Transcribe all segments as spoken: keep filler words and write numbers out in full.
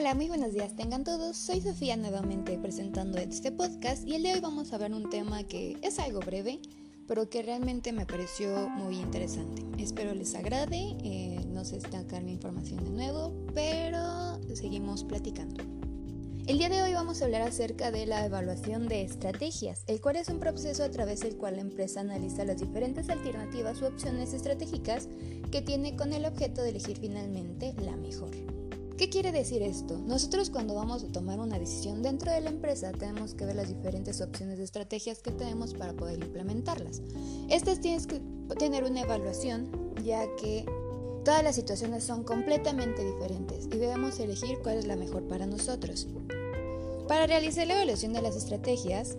Hola, muy buenos días tengan todos. Soy Sofía nuevamente presentando este podcast y el de hoy vamos a ver un tema que es algo breve, pero que realmente me pareció muy interesante. Espero les agrade, eh, no se estancar mi información de nuevo, pero seguimos platicando. El día de hoy vamos a hablar acerca de la evaluación de estrategias, el cual es un proceso a través del cual la empresa analiza las diferentes alternativas u opciones estratégicas que tiene con el objeto de elegir finalmente la mejor. ¿Qué quiere decir esto? Nosotros cuando vamos a tomar una decisión dentro de la empresa tenemos que ver las diferentes opciones de estrategias que tenemos para poder implementarlas. Estas tienes que tener una evaluación, ya que todas las situaciones son completamente diferentes y debemos elegir cuál es la mejor para nosotros. Para realizar la evaluación de las estrategias,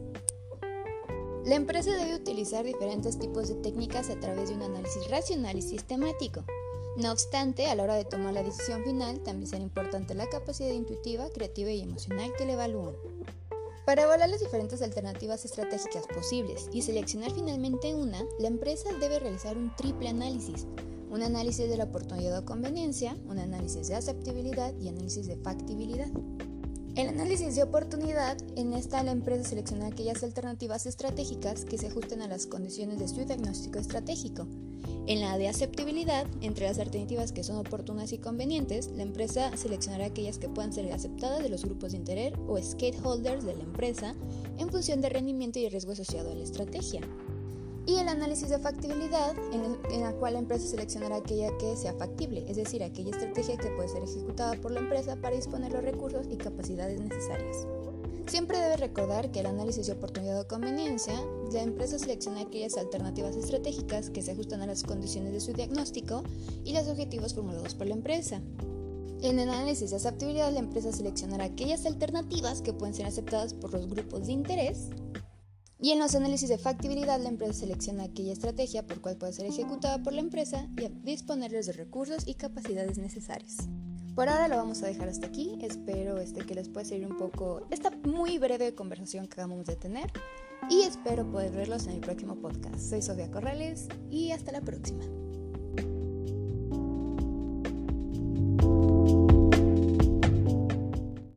la empresa debe utilizar diferentes tipos de técnicas a través de un análisis racional y sistemático. No obstante, a la hora de tomar la decisión final, también será importante la capacidad intuitiva, creativa y emocional que le evalúan. Para evaluar las diferentes alternativas estratégicas posibles y seleccionar finalmente una, la empresa debe realizar un triple análisis. Un análisis de la oportunidad o conveniencia, un análisis de aceptabilidad y análisis de factibilidad. El análisis de oportunidad, en esta la empresa selecciona aquellas alternativas estratégicas que se ajusten a las condiciones de su diagnóstico estratégico. En la de aceptabilidad, entre las alternativas que son oportunas y convenientes, la empresa seleccionará aquellas que puedan ser aceptadas de los grupos de interés o stakeholders de la empresa en función del rendimiento y el riesgo asociado a la estrategia. Y el análisis de factibilidad, en, el, en la cual la empresa seleccionará aquella que sea factible, es decir, aquella estrategia que puede ser ejecutada por la empresa para disponer los recursos y capacidades necesarias. Siempre debe recordar que el análisis de oportunidad o conveniencia, la empresa selecciona aquellas alternativas estratégicas que se ajustan a las condiciones de su diagnóstico y los objetivos formulados por la empresa. En el análisis de aceptabilidad, la empresa seleccionará aquellas alternativas que pueden ser aceptadas por los grupos de interés. Y en los análisis de factibilidad, la empresa selecciona aquella estrategia por cual puede ser ejecutada por la empresa y disponerles de recursos y capacidades necesarias. Por ahora lo vamos a dejar hasta aquí. Espero este, que les pueda servir un poco esta muy breve conversación que acabamos de tener y espero poder verlos en el próximo podcast. Soy Sofía Corrales y hasta la próxima.